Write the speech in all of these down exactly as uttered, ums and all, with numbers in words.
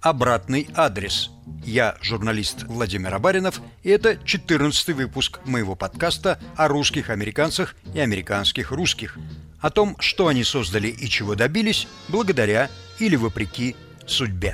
«Обратный адрес». Я журналист Владимир Абаринов, и это четырнадцатый выпуск моего подкаста о русских американцах и американских русских. О том, что они создали и чего добились благодаря или вопреки судьбе.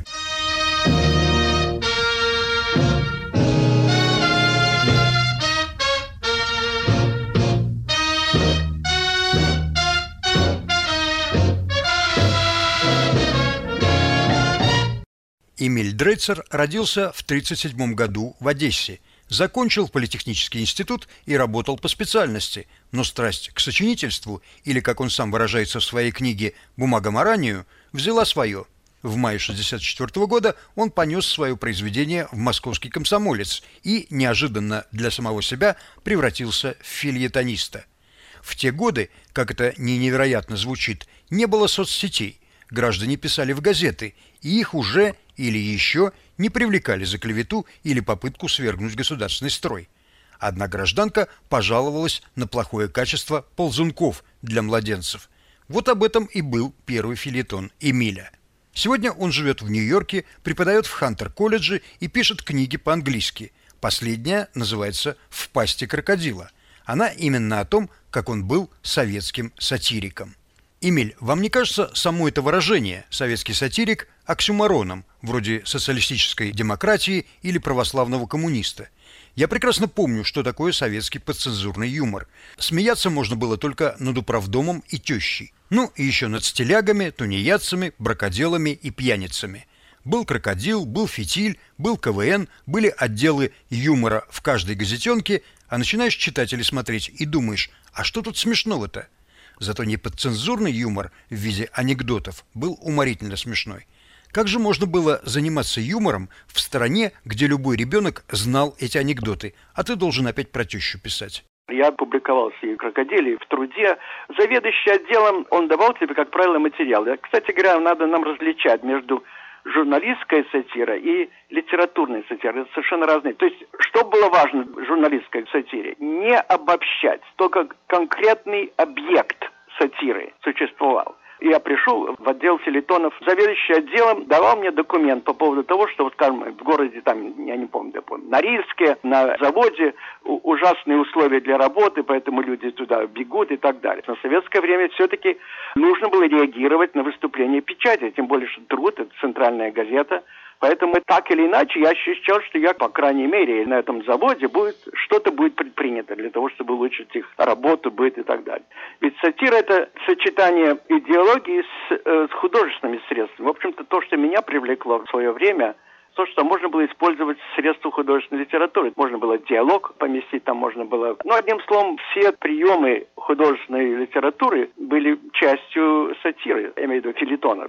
Эмиль Дрейцер родился в тридцать седьмом году в Одессе, закончил политехнический институт и работал по специальности, но страсть к сочинительству, или, как он сам выражается в своей книге «Бумагоморанию», взяла свое. В мае шестьдесят четвёртого года он понес свое произведение в «Московский комсомолец» и, неожиданно для самого себя, превратился в фельетониста. В те годы, как это не невероятно звучит, не было соцсетей. Граждане писали в газеты, и их уже или еще не привлекали за клевету или попытку свергнуть государственный строй. Одна гражданка пожаловалась на плохое качество ползунков для младенцев. Вот об этом и был первый фельетон Эмиля. Сегодня он живет в Нью-Йорке, преподает в Хантер-колледже и пишет книги по-английски. Последняя называется «В пасти крокодила». Она именно о том, как он был советским сатириком. Эмиль, вам не кажется само это выражение «советский сатирик» оксюмороном, вроде социалистической демократии или православного коммуниста? Я прекрасно помню, что такое советский подцензурный юмор. Смеяться можно было только над управдомом и тещей. Ну и еще над стилягами, тунеядцами, бракоделами и пьяницами. Был крокодил, был фитиль, был ка вэ эн, были отделы юмора в каждой газетенке, а начинаешь читать или смотреть и думаешь, а что тут смешного-то? Зато неподцензурный юмор в виде анекдотов был уморительно смешной. Как же можно было заниматься юмором в стране, где любой ребенок знал эти анекдоты, а ты должен опять про тещу писать? Я публиковался и в «Крокодиле», и в «Труде». Заведующий отделом, он давал тебе, как правило, материал. Кстати говоря, надо нам различать между журналистской сатирой и литературной сатирой. Это совершенно разные. То есть, что было важно в журналистской сатире? Не обобщать, только конкретный объект сатиры существовал. И я пришел в отдел фельетонов. Заведующий отделом давал мне документ по поводу того, что, вот, скажем, в городе, там, я не помню, я помню, на Рильске, на заводе ужасные условия для работы, поэтому люди туда бегут и так далее. На советское время все-таки нужно было реагировать на выступление печати, тем более, что «Труд» — это центральная газета. Поэтому так или иначе я ощущал, что я, по крайней мере, на этом заводе будет что-то будет предпринято для того, чтобы улучшить их работу, быт и так далее. Ведь сатира — это сочетание идеологии с, э, с художественными средствами. В общем-то, то, что меня привлекло в свое время, то, что можно было использовать средства художественной литературы. Можно было диалог поместить, там можно было... Ну, одним словом, все приемы художественной литературы были частью сатиры, я имею в виду фельетона.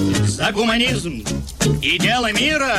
За гуманизм и дело мира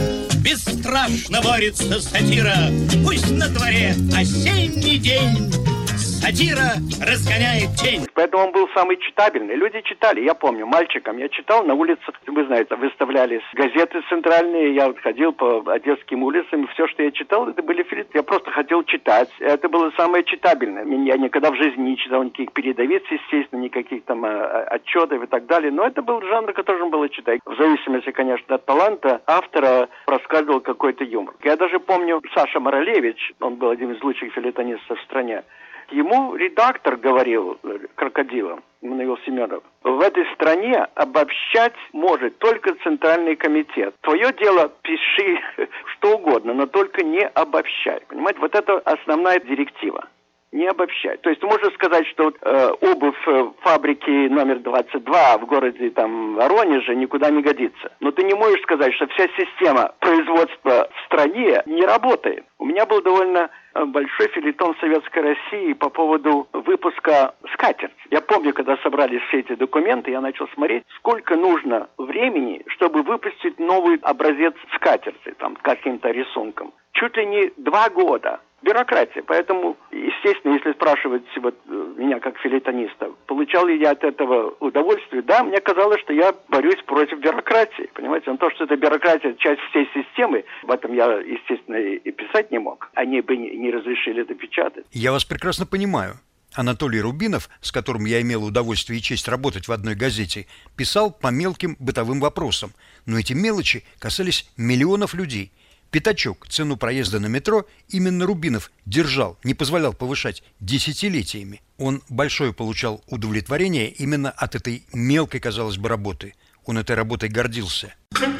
бесстрашно борется сатира. Пусть на дворе осенний день, сатира разгоняет тень. Поэтому он был самый читабельный. Люди читали. Я помню, мальчиком я читал на улицах. Вы знаете, выставлялись газеты центральные. Я вот ходил по одесским улицам. Все, что я читал, это были фельетоны. Я просто хотел читать. Это было самое читабельное. Я никогда в жизни не читал никаких передовиц, естественно, никаких там отчетов и так далее. Но это был жанр, который можно было читать. В зависимости, конечно, от таланта автора проскальзывал какой-то юмор. Я даже помню Саша Маралевич. Он был один из лучших фельетонистов в стране. Ему редактор говорил, «Крокодила», Мануил Семенов, в этой стране обобщать может только Центральный комитет. Твое дело пиши что угодно, но только не обобщай. Понимаете, вот это основная директива. Не обобщать. То есть можно сказать, что э, обувь э, фабрики номер двадцать два в городе там Воронеже никуда не годится. Но ты не можешь сказать, что вся система производства в стране не работает. У меня был довольно большой фельетон в Советской России по поводу выпуска «Скатерть». Я помню, когда собрались все эти документы, я начал смотреть, сколько нужно времени, чтобы выпустить новый образец скатерти, там, каким-то рисунком. Чуть ли не два года. Бюрократия. Поэтому, естественно, если спрашивать вот, меня как фельетониста, получал ли я от этого удовольствие, да, мне казалось, что я борюсь против бюрократии. Понимаете, но то, что это бюрократия, часть всей системы, об этом я, естественно, и писать не мог. Они бы не разрешили это печатать. Я вас прекрасно понимаю. Анатолий Рубинов, с которым я имел удовольствие и честь работать в одной газете, писал по мелким бытовым вопросам, но эти мелочи касались миллионов людей. Пятачок, цену проезда на метро, именно Рубинов держал, не позволял повышать десятилетиями. Он большое получал удовлетворение именно от этой мелкой, казалось бы, работы. Он этой работой гордился.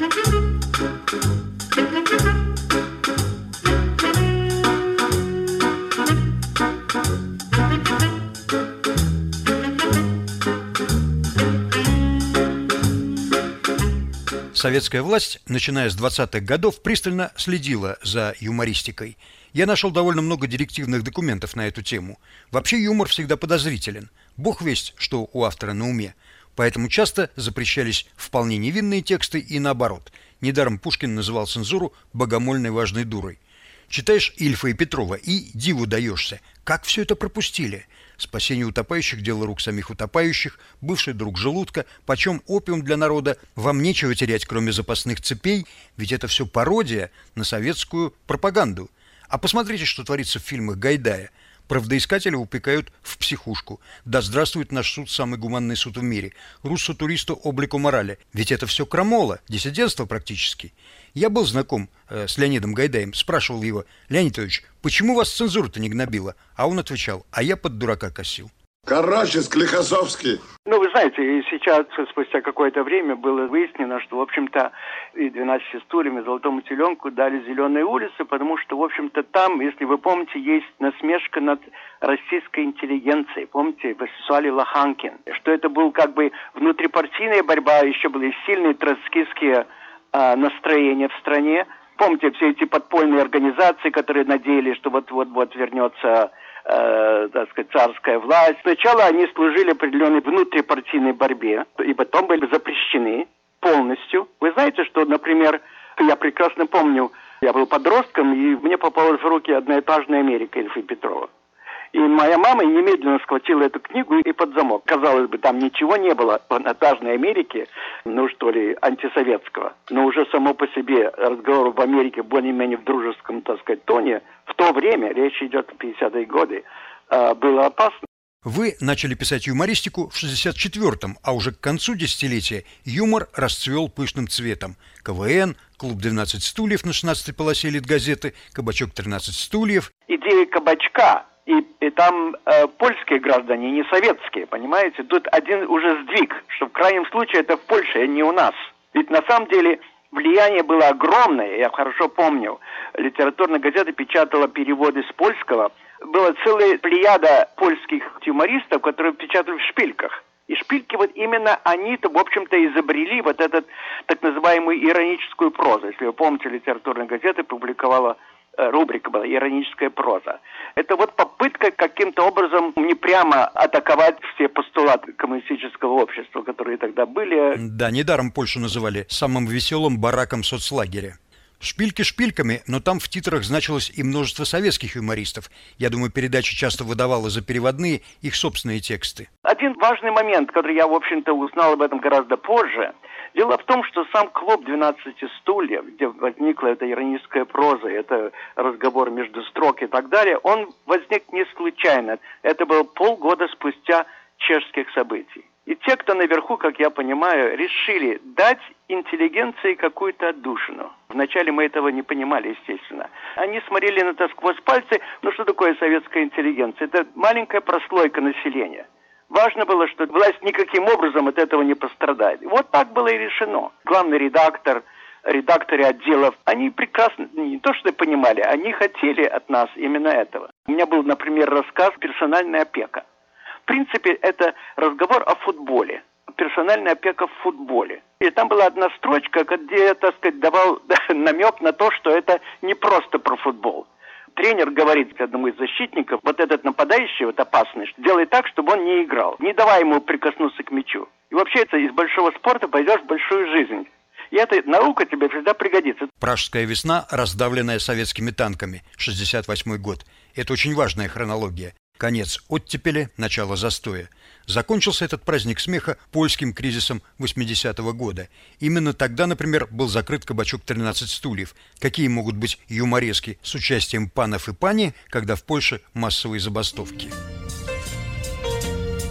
Советская власть, начиная с двадцатых годов, пристально следила за юмористикой. Я нашел довольно много директивных документов на эту тему. Вообще юмор всегда подозрителен. Бог весть, что у автора на уме. Поэтому часто запрещались вполне невинные тексты и наоборот. Недаром Пушкин называл цензуру богомольной важной дурой. Читаешь Ильфа и Петрова и диву даешься. Как все это пропустили? Спасение утопающих – дело рук самих утопающих, бывший друг желудка, почем опиум для народа, вам нечего терять, кроме запасных цепей, ведь это все пародия на советскую пропаганду. А посмотрите, что творится в фильмах Гайдая. Правдоискателя упекают в психушку. Да здравствует наш суд, самый гуманный суд в мире. Руссо туристу облику морали. Ведь это все крамола, диссидентство практически. Я был знаком э, с Леонидом Гайдаем, спрашивал его: Леонид Ильич, почему вас цензура-то не гнобила? А он отвечал: а я под дурака косил. Короче, Склифосовский. Ну, вы знаете, и сейчас, спустя какое-то время, было выяснено, что, в общем-то, и двенадцати стульям, и Золотому теленку дали зеленые улицы, потому что, в общем-то, там, если вы помните, есть насмешка над российской интеллигенцией. Помните, Василий Лоханкин, что это был как бы внутрипартийная борьба, еще были сильные троцкистские а, настроения в стране. Помните, все эти подпольные организации, которые надеялись, что вот-вот-вот вернется... Э, так сказать, царская власть. Сначала они служили определенной внутрипартийной борьбе, и потом были запрещены полностью. Вы знаете, что, например, я прекрасно помню, я был подростком, и мне попалась в руки «Одноэтажная Америка» Ильфа и Петрова. И моя мама немедленно схватила эту книгу и под замок. Казалось бы, там ничего не было в «Одноэтажной Америке», ну что ли, антисоветского. Но уже само по себе разговор в Америке более-менее в дружеском, так сказать, тоне, в то время, речь идет о пятидесятые годы, было опасно. Вы начали писать юмористику в шестьдесят четвёртом, а уже к концу десятилетия юмор расцвел пышным цветом. КВН, клуб двенадцать стульев на шестнадцатой полосе Литгазеты, кабачок тринадцать стульев. Идея кабачка. И, и там э, польские граждане, не советские, понимаете? Тут один уже сдвиг, что в крайнем случае это в Польше, а не у нас. Ведь на самом деле влияние было огромное, я хорошо помню. Литературная газета печатала переводы с польского. Была целая плеяда польских юмористов, которые печатали в шпильках. И шпильки вот именно они-то, в общем-то, изобрели вот этот так называемую ироническую прозу. Если вы помните, литературная газета публиковала рубрика была «Ироническая проза». Это вот попытка каким-то образом не прямо атаковать все постулаты коммунистического общества, которые тогда были. Да, недаром Польшу называли самым веселым бараком соцлагеря. Шпильки шпильками, но там в титрах значилось и множество советских юмористов. Я думаю, передача часто выдавала за переводные их собственные тексты. Один важный момент, который я, в общем-то, узнал об этом гораздо позже. Дело в том, что сам клуб двенадцати стульев, где возникла эта ироническая проза, это разговор между строк и так далее, он возник не случайно. Это было полгода спустя чешских событий. И те, кто наверху, как я понимаю, решили дать интеллигенции какую-то отдушину. Вначале мы этого не понимали, естественно. Они смотрели на это сквозь пальцы. Ну что такое советская интеллигенция? Это маленькая прослойка населения. Важно было, что власть никаким образом от этого не пострадает. И вот так было и решено. Главный редактор, редакторы отделов, они прекрасно, не то что понимали, они хотели от нас именно этого. У меня был, например, рассказ «Персональная опека». В принципе, это разговор о футболе. Персональная опека в футболе. И там была одна строчка, где я, так сказать, давал намек на то, что это не просто про футбол. Тренер говорит одному из защитников: вот этот нападающий, вот опасный, делай так, чтобы он не играл. Не давай ему прикоснуться к мячу. И вообще это из большого спорта пойдешь в большую жизнь. И эта наука тебе всегда пригодится. Пражская весна, раздавленная советскими танками, шестьдесят восьмой год. Это очень важная хронология. Конец оттепели, начало застоя. Закончился этот праздник смеха польским кризисом восьмидесятого года. Именно тогда, например, был закрыт кабачок тринадцать стульев. Какие могут быть юморески с участием панов и пани, когда в Польше массовые забастовки?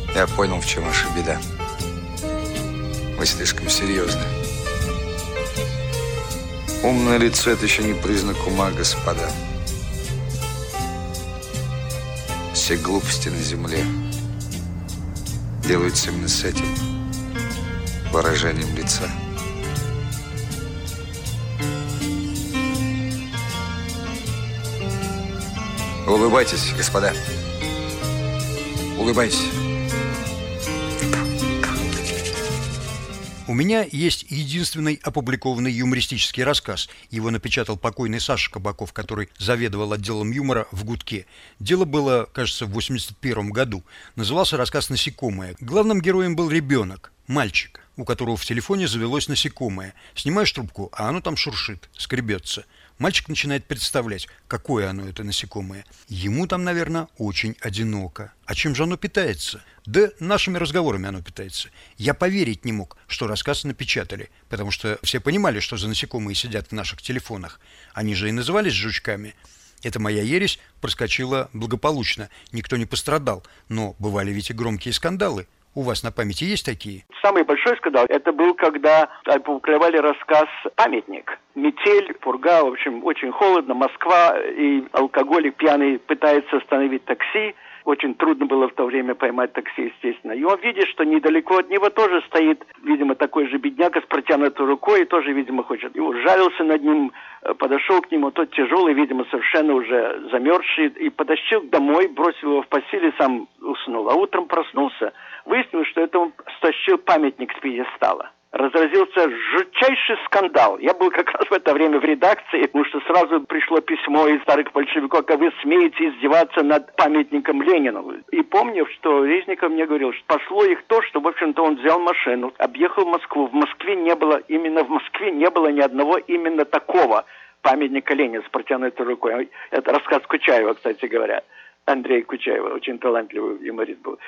Я понял, в чем ваша беда. Вы слишком серьезны. Умное лицо – это еще не признак ума, господа. Все глупости на земле делаются именно с этим выражением лица. Улыбайтесь, господа. Улыбайтесь. У меня есть единственный опубликованный юмористический рассказ. Его напечатал покойный Саша Кабаков, который заведовал отделом юмора в «Гудке». Дело было, кажется, в восемьдесят первом году. Назывался рассказ «Насекомое». Главным героем был ребенок, мальчик, у которого в телефоне завелось насекомое. Снимаешь трубку, а оно там шуршит, скребется. Мальчик начинает представлять, какое оно, это насекомое. Ему там, наверное, очень одиноко. А чем же оно питается? Да нашими разговорами оно питается. Я поверить не мог, что рассказ напечатали, потому что все понимали, что за насекомые сидят в наших телефонах. Они же и назывались жучками. Эта моя ересь проскочила благополучно, никто не пострадал. Но бывали ведь и громкие скандалы. У вас на памяти есть такие? Самый большой скандал, это был, когда опубликовали рассказ «Памятник». Метель, пурга, в общем, очень холодно, Москва, и алкоголик пьяный пытается остановить такси. Очень трудно было в то время поймать такси, естественно. И он видит, что недалеко от него тоже стоит, видимо, такой же бедняга с протянутой рукой, и тоже, видимо, хочет. И ужалился над ним, подошел к нему, тот тяжелый, видимо, совершенно уже замерзший, и потащил домой, бросил его в постель и сам уснул. А утром проснулся, выяснилось, что это он стащил памятник с пьедестала. Разразился жутчайший скандал. Я был как раз в это время в редакции, потому что сразу пришло письмо из старых большевиков, как вы смеете издеваться над памятником Ленину. И помню, что Резников мне говорил, что пошло их то, что, в общем-то, он взял машину, объехал Москву. В Москве не было, именно в Москве не было ни одного именно такого памятника Ленину с протянутой рукой. Это рассказ Кучаева, кстати говоря. Андрей Кучаева, очень талантливый юморист был.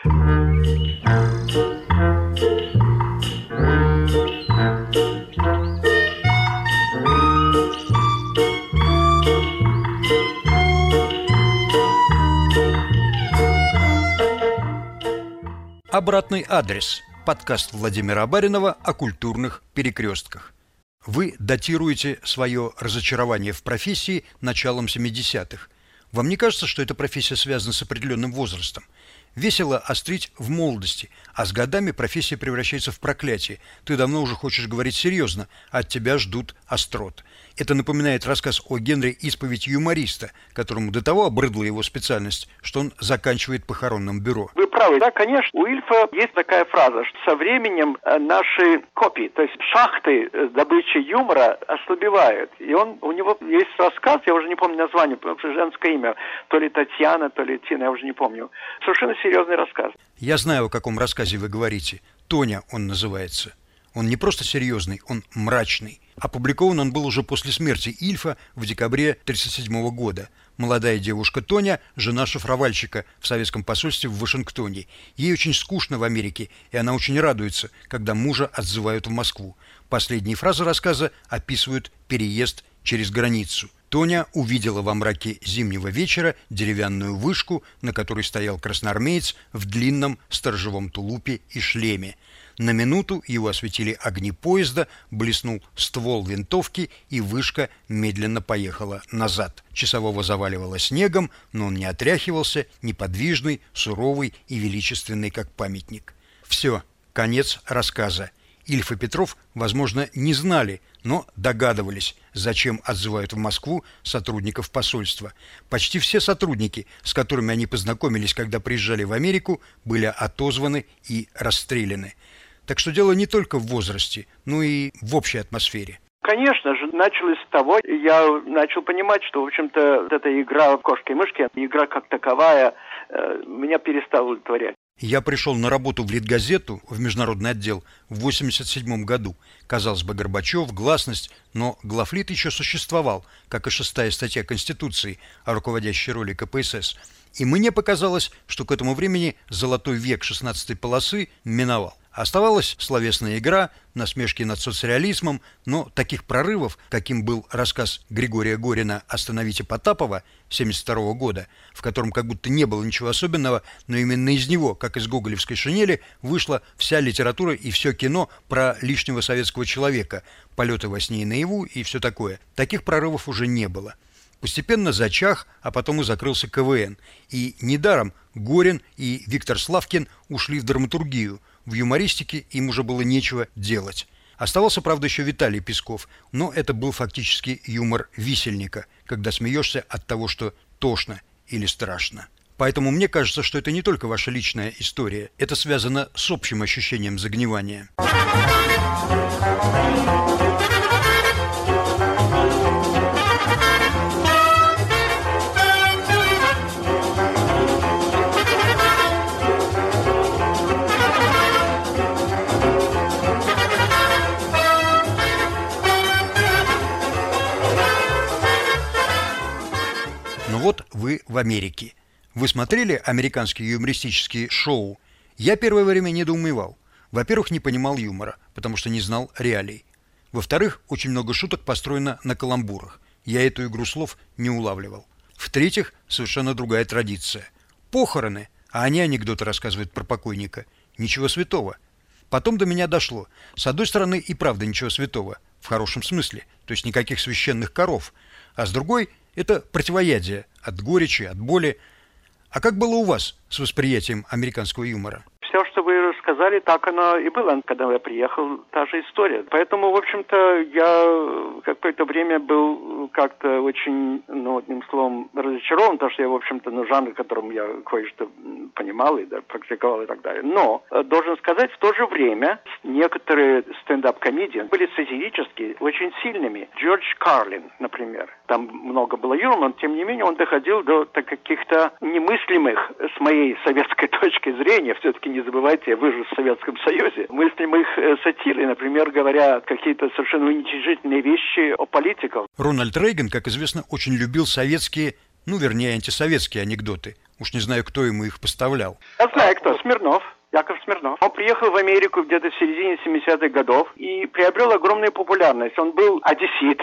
Обратный адрес. Подкаст Владимира Абаринова о культурных перекрестках. Вы датируете свое разочарование в профессии началом семидесятых. Вам не кажется, что эта профессия связана с определенным возрастом? Весело острить в молодости, а с годами профессия превращается в проклятие. Ты давно уже хочешь говорить серьезно, а от тебя ждут острот. Это напоминает рассказ о Генри «Исповедь юмориста», которому до того обрыдла его специальность, что он заканчивает похоронным бюро. Вы правы. Да, конечно, у Ильфа есть такая фраза, что со временем наши копии, то есть шахты добычи юмора ослабевают. И он, у него есть рассказ, я уже не помню название, потому что женское имя, то ли Татьяна, то ли Тина, я уже не помню. Совершенно серьезный рассказ. Я знаю, о каком рассказе вы говорите. «Тоня» он называется. Он не просто серьезный, он мрачный. Опубликован он был уже после смерти Ильфа в декабре тысяча девятьсот тридцать седьмого года. Молодая девушка Тоня – жена шифровальщика в советском посольстве в Вашингтоне. Ей очень скучно в Америке, и она очень радуется, когда мужа отзывают в Москву. Последние фразы рассказа описывают переезд через границу. Тоня увидела во мраке зимнего вечера деревянную вышку, на которой стоял красноармеец в длинном сторожевом тулупе и шлеме. На минуту его осветили огни поезда, блеснул ствол винтовки, и вышка медленно поехала назад. Часового заваливало снегом, но он не отряхивался, неподвижный, суровый и величественный, как памятник. Все, конец рассказа. Ильф и Петров, возможно, не знали, но догадывались, зачем отзывают в Москву сотрудников посольства. Почти все сотрудники, с которыми они познакомились, когда приезжали в Америку, были отозваны и расстреляны. Так что дело не только в возрасте, но и в общей атмосфере. Конечно же, началось с того, я начал понимать, что, в общем-то, вот эта игра в кошки и мышки, игра как таковая, э, меня перестала удовлетворять. Я пришел на работу в Литгазету, в международный отдел, в восемьдесят седьмом году. Казалось бы, Горбачев, гласность, но главлит еще существовал, как и шестая статья Конституции о руководящей роли ка пэ эс эс. И мне показалось, что к этому времени золотой век шестнадцатой полосы миновал. Оставалась словесная игра, насмешки над соцреализмом, но таких прорывов, каким был рассказ Григория Горина «Остановите Потапова» семьдесят второго года, в котором как будто не было ничего особенного, но именно из него, как из гоголевской шинели, вышла вся литература и все кино про лишнего советского человека, полеты во сне и наяву и все такое. Таких прорывов уже не было. Постепенно зачах, а потом и закрылся ка вэ эн. И недаром Горин и Виктор Славкин ушли в драматургию. В юмористике им уже было нечего делать. Оставался, правда, еще Виталий Песков, но это был фактически юмор висельника, когда смеешься от того, что тошно или страшно. Поэтому мне кажется, что это не только ваша личная история, это связано с общим ощущением загнивания. Но вот вы в Америке. Вы смотрели американские юмористические шоу? Я первое время недоумевал. Во-первых, не понимал юмора, потому что не знал реалий. Во-вторых, очень много шуток построено на каламбурах. Я эту игру слов не улавливал. В-третьих, совершенно другая традиция. Похороны, а они анекдоты рассказывают про покойника. Ничего святого. Потом до меня дошло. С одной стороны, и правда ничего святого. В хорошем смысле. То есть никаких священных коров. А с другой, это противоядие от горечи, от боли. А как было у вас с восприятием американского юмора? Все, что вы рассказали, так оно и было. Когда я приехал, та же история. Поэтому, в общем-то, я какое-то время был как-то очень, ну, одним словом, разочарован, потому что я, в общем-то, ну, жанр, в котором я кое-что понимал и да, практиковал и так далее. Но, должен сказать, в то же время некоторые стендап-комедии были сатирические, очень сильными. Джордж Карлин, например. Там много было юмора, но, тем не менее, он доходил до каких-то немыслимых, с моей советской точки зрения, все-таки не забывайте, я вырос в Советском Союзе, мыслимых э, сатиры, например, говоря какие-то совершенно уничижительные вещи о политиках. Рональд Рейган, как известно, очень любил советские, ну, вернее, антисоветские анекдоты. Уж не знаю, кто ему их поставлял. Я знаю, кто. Смирнов. Яков Смирнов. Он приехал в Америку где-то в середине семидесятых годов и приобрел огромную популярность. Он был одессит.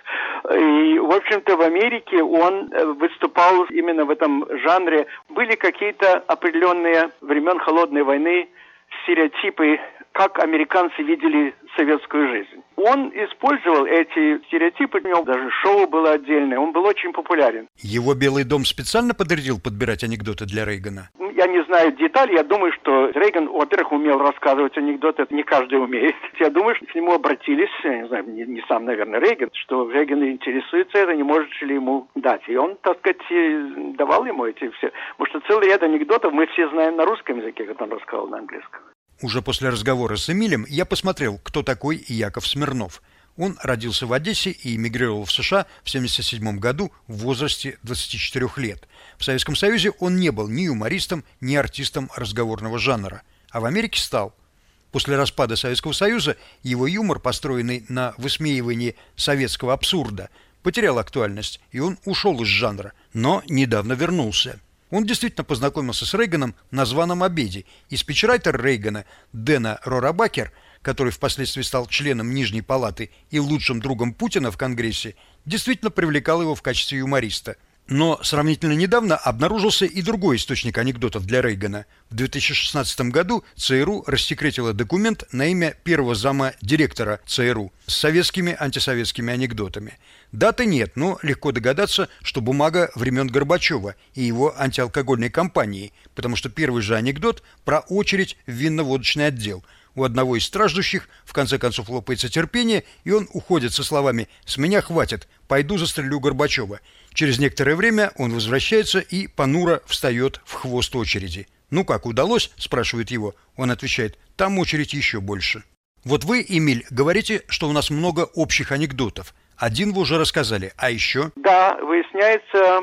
И, в общем-то, в Америке он выступал именно в этом жанре. Были какие-то определенные времен Холодной войны стереотипы, как американцы видели советскую жизнь. Он использовал эти стереотипы, у него даже шоу было отдельное, он был очень популярен. Его Белый дом специально подрядил подбирать анекдоты для Рейгана? Я не знаю деталей, я думаю, что Рейган, во-первых, умел рассказывать анекдоты, это не каждый умеет. Я думаю, что к нему обратились, я не знаю, не, не сам, наверное, Рейган, что Рейган интересуется это, не может ли ему дать. И он, так сказать, давал ему эти все. Потому что целый ряд анекдотов мы все знаем на русском языке, как он рассказал на английском. Уже после разговора с Эмилем я посмотрел, кто такой Яков Смирнов. Он родился в Одессе и эмигрировал в США в семьдесят седьмом году в возрасте двадцати четырёх лет. В Советском Союзе он не был ни юмористом, ни артистом разговорного жанра, а в Америке стал. После распада Советского Союза его юмор, построенный на высмеивании советского абсурда, потерял актуальность, и он ушел из жанра, но недавно вернулся. Он действительно познакомился с Рейганом на званом обеде, и спичрайтер Рейгана Дэна Рорабакер, который впоследствии стал членом Нижней палаты и лучшим другом Путина в Конгрессе, действительно привлекал его в качестве юмориста. Но сравнительно недавно обнаружился и другой источник анекдотов для Рейгана. В две тысячи шестнадцатом году ЦРУ рассекретила документ на имя первого зама директора ЦРУ с советскими антисоветскими анекдотами. Даты нет, но легко догадаться, что бумага времен Горбачева и его антиалкогольной кампании, потому что первый же анекдот про очередь в винно-водочный отдел. У одного из страждущих в конце концов лопается терпение, и он уходит со словами «С меня хватит, пойду застрелю Горбачева». Через некоторое время он возвращается и понуро встает в хвост очереди. «Ну как, удалось?» – спрашивает его. Он отвечает «Там очередь еще больше». Вот вы, Эмиль, говорите, что у нас много общих анекдотов. Один вы уже рассказали, а еще? Да, выясняется,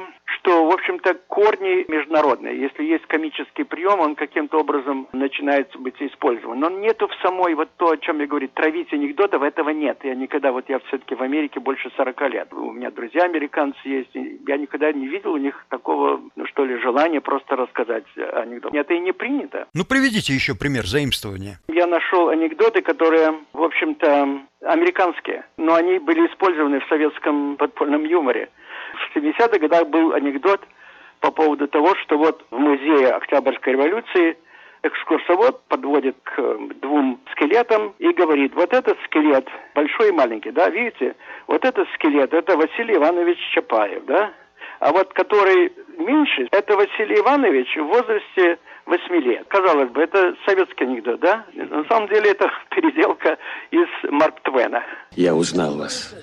что, в общем-то, корни международные. Если есть комический прием, он каким-то образом начинает быть использован. Но нету в самой, вот то, о чем я говорю, травить анекдотов, этого нет. Я никогда, вот я все-таки в Америке больше сорока лет. У меня друзья американцы есть. Я никогда не видел у них такого, ну что ли, желания просто рассказать анекдот. Это и не принято. Ну, приведите еще пример заимствования. Я нашел анекдоты, которые, в общем-то, американские, но они были использованы в советском подпольном юморе. В семидесятых годах был анекдот по поводу того, что вот в музее Октябрьской революции экскурсовод подводит к двум скелетам и говорит: вот этот скелет, большой и маленький, да, видите, вот этот скелет, это Василий Иванович Чапаев, да, а вот который меньше, это Василий Иванович в возрасте восьми лет. Казалось бы, это советский анекдот, да? На самом деле это переделка из Марк Твена. Я узнал вас.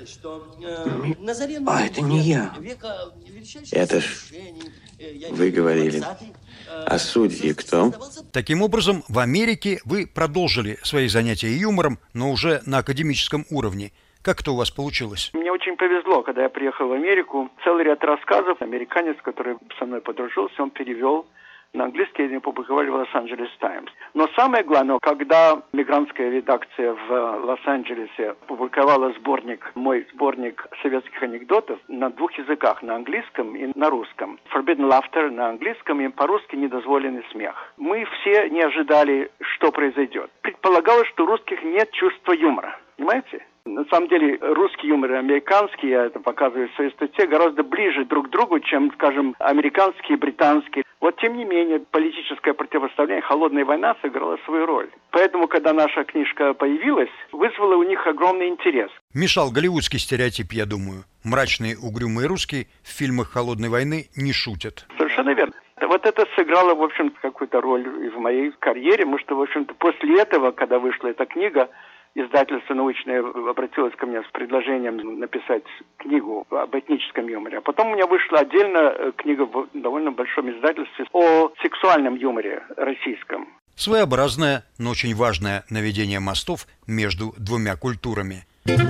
А это не я. Это ж вы говорили. А судьи кто? Таким образом, в Америке вы продолжили свои занятия юмором, но уже на академическом уровне. Как это у вас получилось? Мне очень повезло, когда я приехал в Америку. Целый ряд рассказов американец, который со мной подружился, он перевел на английский, они опубликовали в Лос-Анджелес Таймс. Но самое главное, когда мигрантская редакция в Лос-Анджелесе опубликовала сборник, мой сборник советских анекдотов на двух языках, на английском и на русском. Forbidden Laughter на английском и по-русски недозволенный смех. Мы все не ожидали, что произойдет. Предполагалось, что у русских нет чувства юмора. Понимаете? На самом деле, русский юмор и американский, я это показываю в своей статье, гораздо ближе друг к другу, чем, скажем, американский и британский. Вот, тем не менее, политическое противостояние, холодная война сыграла свою роль. Поэтому, когда наша книжка появилась, вызвала у них огромный интерес. Мешал голливудский стереотип, я думаю. Мрачные, угрюмые русские в фильмах холодной войны не шутят. Совершенно верно. Вот это сыграло, в общем-то, какую-то роль и в моей карьере, потому что, в общем-то, после этого, когда вышла эта книга, издательство научное обратилось ко мне с предложением написать книгу об этническом юморе. А потом у меня вышла отдельно книга в довольно большом издательстве о сексуальном юморе российском. Своеобразное, но очень важное наведение мостов между двумя культурами.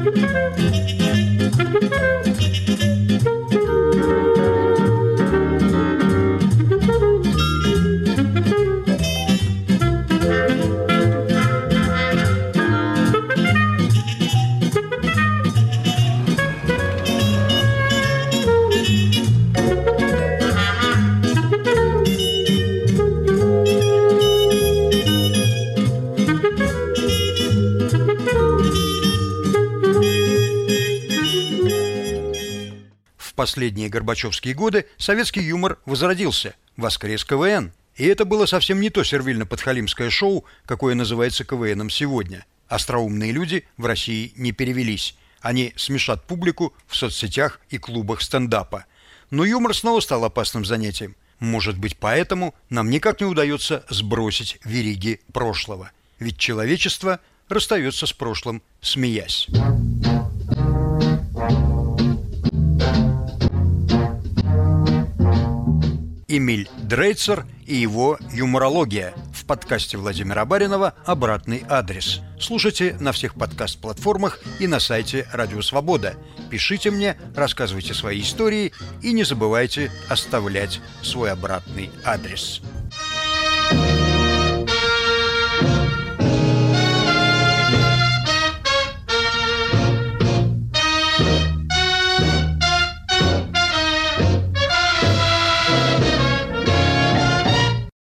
В последние горбачевские годы советский юмор возродился, воскрес КВН. И это было совсем не то сервильно-подхалимское шоу, какое называется КВНом сегодня. Остроумные люди в России не перевелись. Они смешат публику в соцсетях и клубах стендапа. Но юмор снова стал опасным занятием. Может быть, поэтому нам никак не удается сбросить вериги прошлого. Ведь человечество расстается с прошлым, смеясь. Эмиль Дрейцер и его юморология в подкасте Владимира Баринова «Обратный адрес». Слушайте на всех подкаст-платформах и на сайте Радио Свобода. Пишите мне, рассказывайте свои истории и не забывайте оставлять свой обратный адрес.